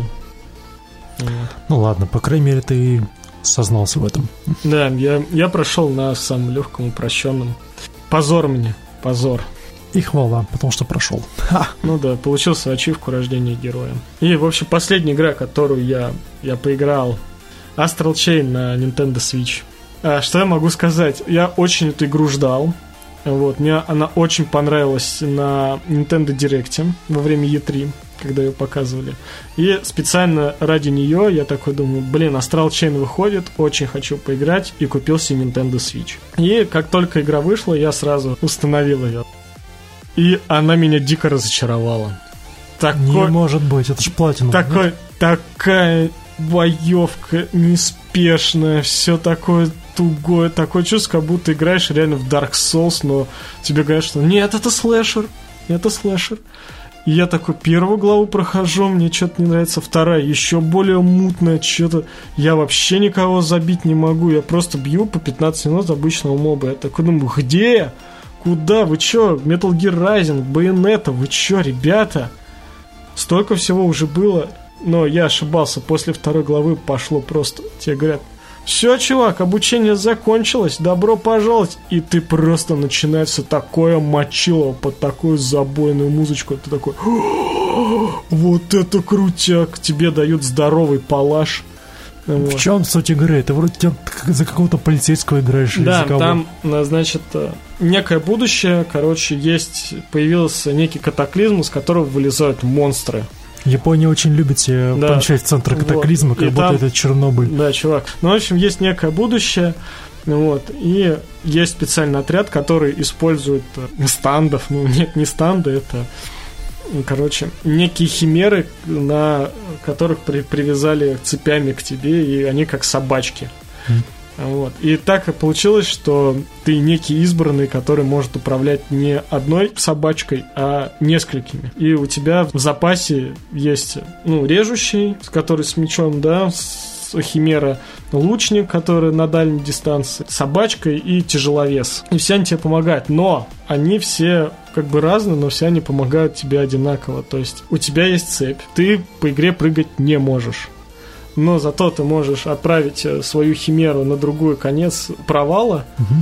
Ладно, по крайней мере, ты сознался в этом. Да, я прошел на самом легком, упрощенном. Позор мне, позор. И хвала, потому что прошел. Получил свою ачивку рождения героя. И, в общем, последняя игра, которую я поиграл, Astral Chain на Nintendo Switch. Что я могу сказать? Я очень эту игру ждал. Вот, мне она очень понравилась на Nintendo Direct во время E3, когда ее показывали. И специально ради нее я такой думаю, Astral Chain выходит, очень хочу поиграть, и купил себе Nintendo Switch. И как только игра вышла, я сразу установил ее. И она меня дико разочаровала. Не может быть, это ж Platinum. Такая боевка неспешная, все такое тугое, такое чувство, как будто играешь реально в Dark Souls, но тебе говорят, что нет, это слэшер. И я такой первую главу прохожу, мне что-то не нравится, вторая еще более мутная, что-то я вообще никого забить не могу, я просто бью по 15 минут обычного моба. Я такой думаю, где? Куда? Вы чё? Metal Gear Rising, Bayonetta, вы чё, ребята? Столько всего уже было, но я ошибался, после второй главы пошло просто, тебе говорят, все, чувак, обучение закончилось, добро пожаловать. И ты просто начинается такое мочилово под такую забойную музычку. Ты такой, вот это крутяк. Тебе дают здоровый палаш. Вот. В чем суть игры? Ты вроде за какого-то полицейского играешь. Да, там, значит, некое будущее. Короче, появился некий катаклизм, из которого вылезают монстры. Япония очень любит себе помещать в центр катаклизма, вот. Как будто это Чернобыль. Да, чувак. Ну, в общем, есть некое будущее, вот, и есть специальный отряд, который использует стандов. Ну, нет, не станды, это, короче, некие химеры, на которых привязали цепями к тебе, и они как собачки. Вот. И так и получилось, что ты некий избранный, который может управлять не одной собачкой, а несколькими. И у тебя в запасе есть, режущий, который с мечом, да, химера, лучник, который на дальней дистанции, собачка и тяжеловес. И все они тебе помогают, но они все как бы разные, но все они помогают тебе одинаково. То есть у тебя есть цепь, ты по игре прыгать не можешь. Но зато ты можешь отправить свою химеру на другой конец провала,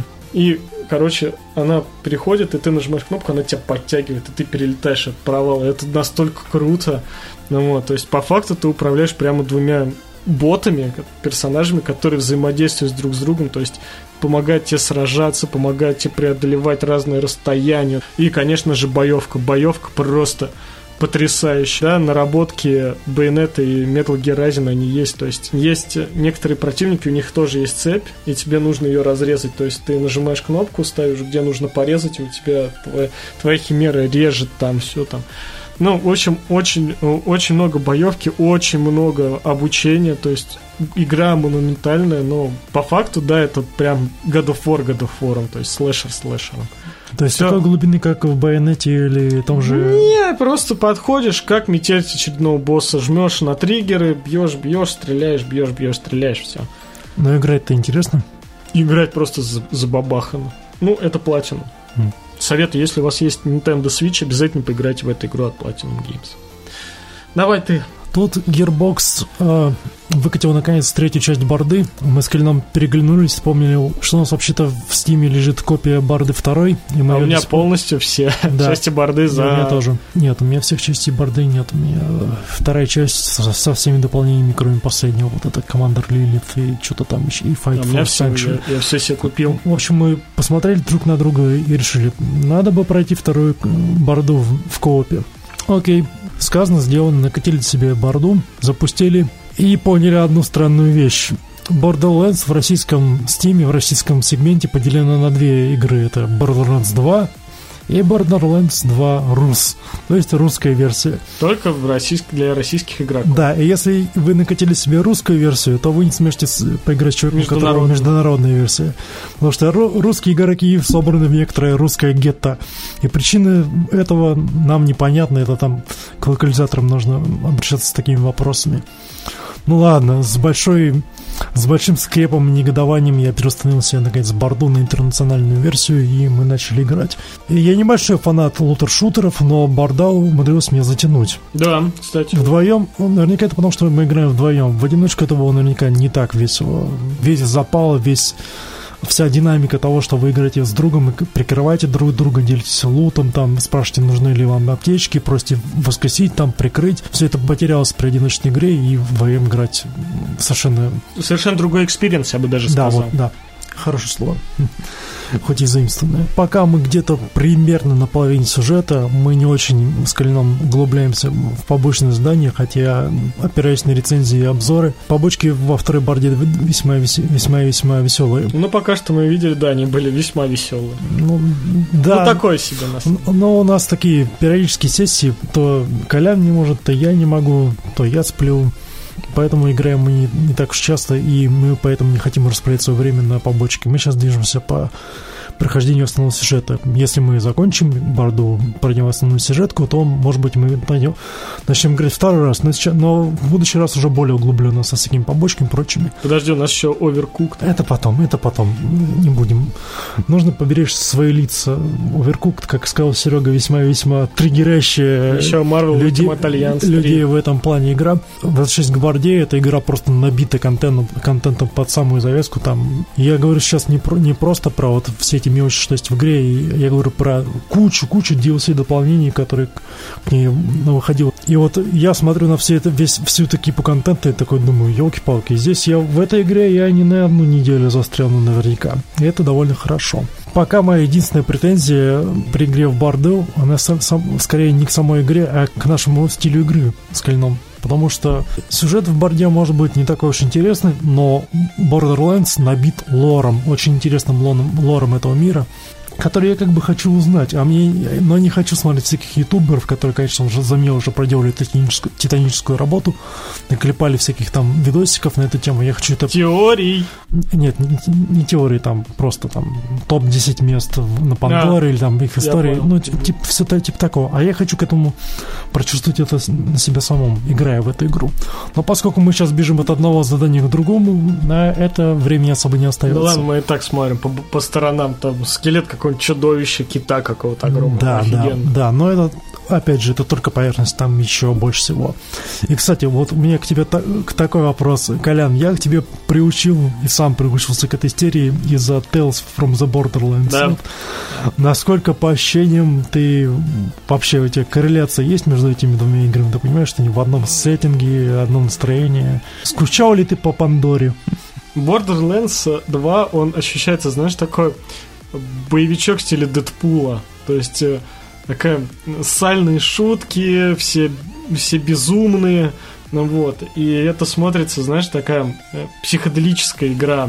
и, короче, она приходит, и ты нажимаешь кнопку, она тебя подтягивает, и ты перелетаешь от провала. Это настолько круто. То есть, по факту, ты управляешь прямо двумя ботами, персонажами, которые взаимодействуют друг с другом, то есть помогают тебе сражаться, помогают тебе преодолевать разные расстояния. И, конечно же, боевка. Боевка просто потрясающая. Да, наработки Bayonetta и Metal Gear Rising они есть. То есть есть некоторые противники, у них тоже есть цепь, и тебе нужно ее разрезать. То есть ты нажимаешь кнопку, ставишь, где нужно порезать, и у тебя твоя химера режет там все там. В общем, очень много боевки, очень много обучения. То есть игра монументальная, но по факту, да, это прям God of War, то есть слэшер слэшером. То есть такой глубины, как в Байонете или том же... Не, просто подходишь, как метель очередного босса, жмешь на триггеры, бьешь, стреляешь, бьешь, стреляешь, все. Но играть-то интересно? Играть просто забабахано. Это Platinum. Советую, если у вас есть Nintendo Switch, обязательно поиграйте в эту игру от Platinum Games. Давай ты. Тут Gearbox выкатил наконец третью часть Барды. Мы с Кельном переглянулись, вспомнили, что у нас вообще-то в Steam лежит копия Барды 2. И мы у меня полностью все части Барды за... У меня тоже. Нет, у меня всех частей Барды нет. У меня вторая часть со всеми дополнениями, кроме последнего. Вот это Commander Lilith и что-то там еще. И Fight for Sanction. Я все себе купил. В общем, мы посмотрели друг на друга и решили, надо бы пройти вторую Барду в коопе. Окей, сказано, сделано, накатили себе Барду, запустили и поняли одну странную вещь. Borderlands в российском Steam, в российском сегменте поделено на две игры. Это Borderlands 2 и Borderlands 2 Rus, то есть русская версия. Только для российских игроков. Да, и если вы накатили себе русскую версию, то вы не сможете поиграть с человеком, у которого международная версия. Потому что русские игроки собраны в некоторое русское гетто. И причины этого нам непонятны. Это там к локализаторам нужно обращаться с такими вопросами. Ну ладно, с большим скрепом и негодованием я переустановил себе, наконец, Барду на интернациональную версию, и мы начали играть. И я небольшой фанат лутер-шутеров, но Барда умудрилась меня затянуть. Да, кстати. Вдвоем, наверняка это потому, что мы играем вдвоем. В одиночку это было наверняка не так весело. Весь запал, вся динамика того, что вы играете с другом и прикрываете друг друга, делитесь лутом, там спрашиваете, нужны ли вам аптечки, просите воскресить, там прикрыть. Все это потерялось при одиночной игре, и вдвоем играть совершенно другой экспириенс, я бы даже сказал. Да, вот, да. Хорошее слово. Хоть и заимствованное. Пока мы где-то примерно на половине сюжета, мы не очень с Калином углубляемся в побочные здания, хотя, опираясь на рецензии и обзоры, побочки во второй борде весьма веселые. Ну, пока что мы видели, да, они были весьма веселые. Ну, да. Ну, такое себе нас. Но у нас такие периодические сессии, то Колян не может, то я не могу, то я сплю. Поэтому играем мы не так уж часто, и мы поэтому не хотим распределять свое время на побочки. Мы сейчас движемся по прохождению основного сюжета. Если мы закончим борду, пройдем основную сюжетку, то, может быть, мы начнем играть второй раз, но в будущий раз уже более углубленно, со всякими побочками и прочими. Подожди, у нас еще Overcooked. Это потом, не будем. Нужно поберечь свои лица. Overcooked, как сказал Серега, весьма триггерящая еще Marvel Ultimate Alliance людей в этом плане игра. 26 к борде, эта игра просто набита контентом под самую завязку. Там, я говорю сейчас не просто про вот все эти мелочи, что есть в игре, я говорю про кучу DLC дополнений, которые к ней выходил. И вот я смотрю на всю эту кипу контента и такой думаю, елки-палки, здесь в этой игре я не на одну неделю застрял, наверняка. И это довольно хорошо. Пока моя единственная претензия при игре в Борду, она скорее не к самой игре, а к нашему стилю игры с Калином. Потому что сюжет в Борде может быть не такой уж интересный, но Borderlands набит лором, очень интересным лором этого мира, который я как бы хочу узнать, но не хочу смотреть всяких ютуберов, которые, конечно, уже за меня уже проделали титаническую работу, наклепали всяких там видосиков на эту тему. Я хочу это... Теорий! Нет, не теории, там просто там топ-10 мест на Пандоре или там их истории, ну, все типа такого. А я хочу к этому прочувствовать это на себя самом, играя в эту игру. Но поскольку мы сейчас бежим от одного задания к другому, на это времени особо не остается. Ну ладно, мы и так смотрим по сторонам, там скелет какой-нибудь чудовище, кита какого-то огромного. Да, но это, опять же, это только поверхность, там еще больше всего. И, кстати, вот у меня к тебе такой вопрос. Колян, я к тебе приучил и сам приучился к этой истерии из-за Tales from the Borderlands. Да. Вот. Насколько по ощущениям ты вообще, у тебя корреляция есть между этими двумя играми? Ты понимаешь, что они в одном сеттинге, одном настроении? Скучал ли ты по Пандоре? Borderlands 2, он ощущается, знаешь, такой боевичок в стиле Дэдпула. То есть такая сальные шутки, все безумные. Ну вот. И это смотрится, знаешь, такая психоделическая игра.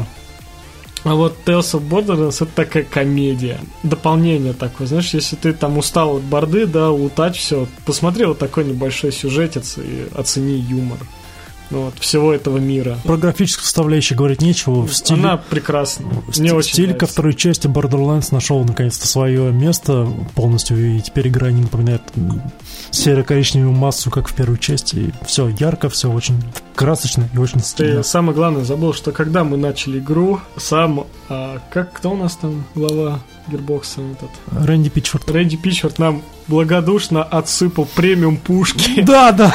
А вот Tales of Borderlands — это такая комедия. Дополнение такое, знаешь, если ты там устал от борды, да, лутать все, посмотри вот такой небольшой сюжетец и оцени юмор. Вот, всего этого мира. Про графическую составляющую говорить нечего. Она прекрасна. Мне очень стиль нравится. ко второй части Borderlands нашел наконец-то свое место полностью, и теперь игра не напоминает серо-коричневую массу, как в первой части. Все ярко, все очень красочно и очень стильно. Ты самое главное забыл, что когда мы начали игру, кто у нас там глава Гирбокса этот? Рэнди Питчфорд. Рэнди Питчфорд нам благодушно отсыпал премиум пушки. Да.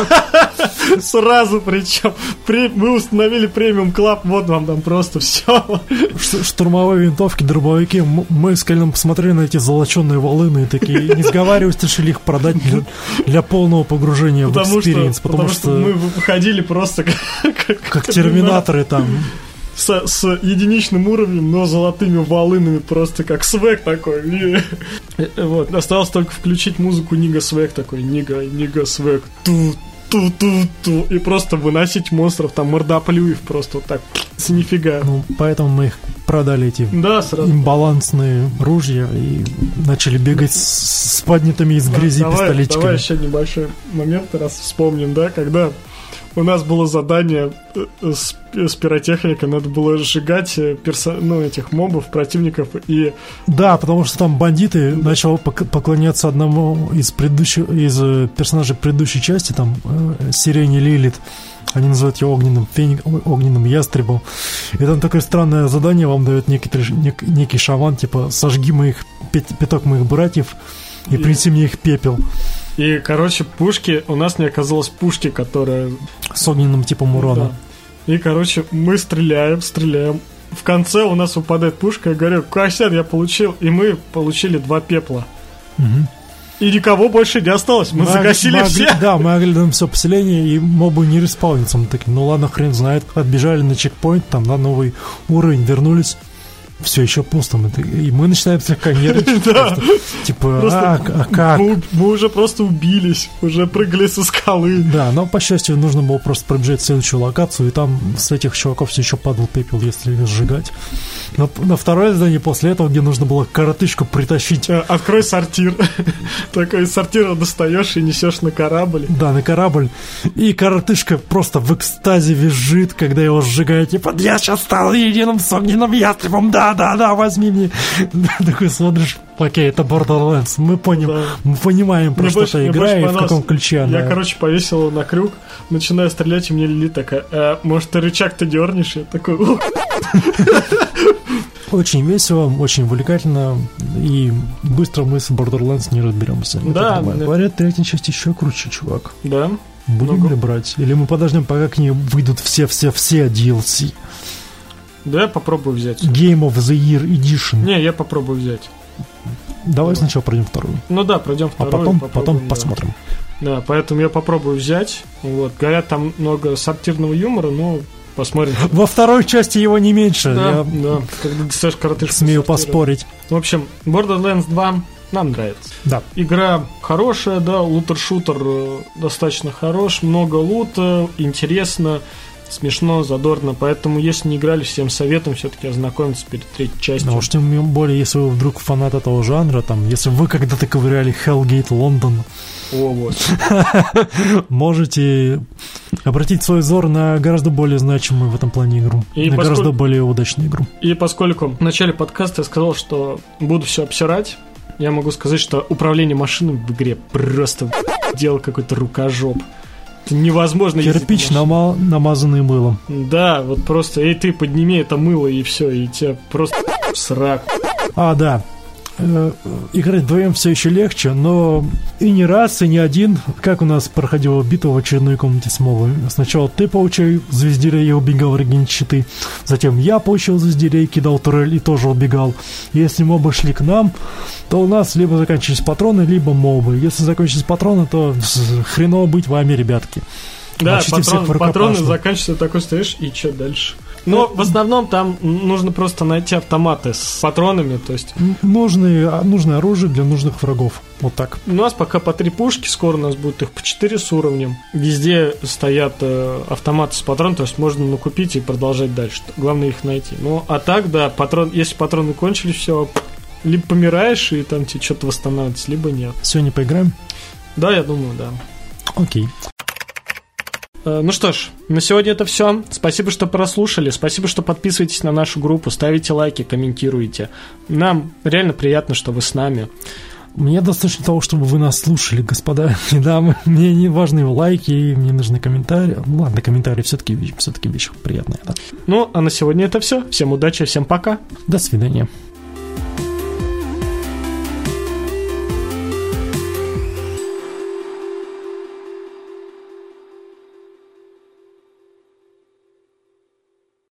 Сразу причем. Мы установили премиум клаб, вот вам там просто все. Штурмовые винтовки, дробовики. Мы с Калином посмотрели на эти золоченые волыны и такие, не сговариваясь, решили их продать для полного погружения в экспириенс. Потому что мы выходили просто как терминаторы там. С единичным уровнем, но золотыми волынами, просто как свэг такой. Вот, осталось только включить музыку Нига Свэг такой, Нига Свэг, ту-ту-ту, и просто выносить монстров, там мордоплюев просто вот так, с нифига. Ну, поэтому мы их продали, эти имбалансные ружья, и начали бегать с поднятыми из грязи пистолетчиками. Давай еще небольшой момент, раз вспомним, да, когда у нас было задание с пиротехникой, надо было сжигать этих мобов, противников и... Да, потому что там бандиты начали поклоняться одному из персонажей предыдущей части, там, Сирене Лилит. Они называют его огненным ястребом. И там такое странное задание вам дает некий шаман, типа, сожги пяток моих братьев и принеси мне их пепел. И, короче, пушки... У нас не оказалось пушки, которая... С огненным типом урона. Да. И, короче, мы стреляем. В конце у нас выпадает пушка. Я говорю, кассет я получил. И мы получили 2 пепла. Угу. И никого больше не осталось. Мы загасили все. Да, мы оглядываем все поселение, и мобы не респаунятся. Мы такие, ну ладно, хрен знает. Отбежали на чекпоинт, там на новый уровень, вернулись. все еще пусто. И мы начинаем слегка нервничать. Типа, как? Мы уже просто убились, уже прыгали со скалы. Да, но, по счастью, нужно было просто пробежать в следующую локацию, и там с этих чуваков все еще падал пепел, если их сжигать. Но на второе задание после этого, где нужно было коротышку притащить. Открой сортир. Такой из сортира достаешь и несешь на корабль. Да, на корабль. И коротышка просто в экстазе визжит, когда его сжигают. Типа, я сейчас стал единым с огненным ястребом, да, возьми мне. Такой смотришь, окей, это Borderlands, мы понимаем, про что ты играешь и в каком ключе она. Я, повесил его на крюк, начинаю стрелять, и мне Лили такая, может, ты рычаг-то дернешь? Я такой, Очень весело, очень увлекательно, и быстро мы с Borderlands не разберемся. Да. Говорят, третья часть еще круче, чувак. Да. Будем ли брать? Или мы подождем, пока к ней выйдут все DLC? Да, я попробую взять. Game of the Year Edition. Не, я попробую взять. Давай сначала пройдем вторую. Ну да, пройдем вторую. А потом посмотрим. Да, поэтому я попробую взять. Вот. Говорят, там много сортирного юмора, но посмотрим. Во второй части его не меньше. Да, когда достаешь коротышку. Смею поспорить. В общем, Borderlands 2 нам нравится. Да. Игра хорошая, да, лутер-шутер достаточно хорош, много лута, интересно, смешно, задорно, поэтому, если не играли, всем советуем все-таки ознакомиться перед третьей частью. Ну, уж тем более, если вы вдруг фанат этого жанра, там, если вы когда-то ковыряли Hellgate London, можете обратить свой взор на гораздо более значимую в этом плане игру, гораздо более удачную игру. И поскольку в начале подкаста я сказал, что буду все обсирать, я могу сказать, что управление машиной в игре просто делал какой-то рукожоп. Это невозможно. Кирпич намазанный мылом. Да, вот просто, ты подними это мыло и все, и тебе просто срак. Да. Играть вдвоем все еще легче, но и не раз, и не один. Как у нас проходила битва в очередной комнате с мобами. Сначала ты получил звездерей и убегал регенить щиты. Затем я получил звездерей, кидал турель и тоже убегал. Если мобы шли к нам, то у нас либо заканчивались патроны, либо мобы. Если закончились патроны, то хреново быть вами, ребятки. Да, патроны заканчиваются, такой стоишь, и что дальше? Но в основном там нужно просто найти автоматы с патронами, то есть... Нужное оружие для нужных врагов, вот так. У нас пока по 3 пушки, скоро у нас будет их по 4 с уровнем. Везде стоят автоматы с патронами, то есть можно накупить и продолжать дальше. Главное их найти. Ну, а так, да, если патроны кончились, все, либо помираешь, и там тебе что-то восстанавливается, либо нет. Сегодня поиграем? Да, я думаю, да. Окей. Ну что ж, на сегодня это все. Спасибо, что прослушали. Спасибо, что подписываетесь на нашу группу, ставите лайки, комментируете. Нам реально приятно, что вы с нами. Мне достаточно того, чтобы вы нас слушали, господа и дамы. Мне не важны лайки, мне нужны комментарии. Ну ладно, комментарии все-таки вещь приятная. Да? Ну, а на сегодня это все. Всем удачи, всем пока. До свидания.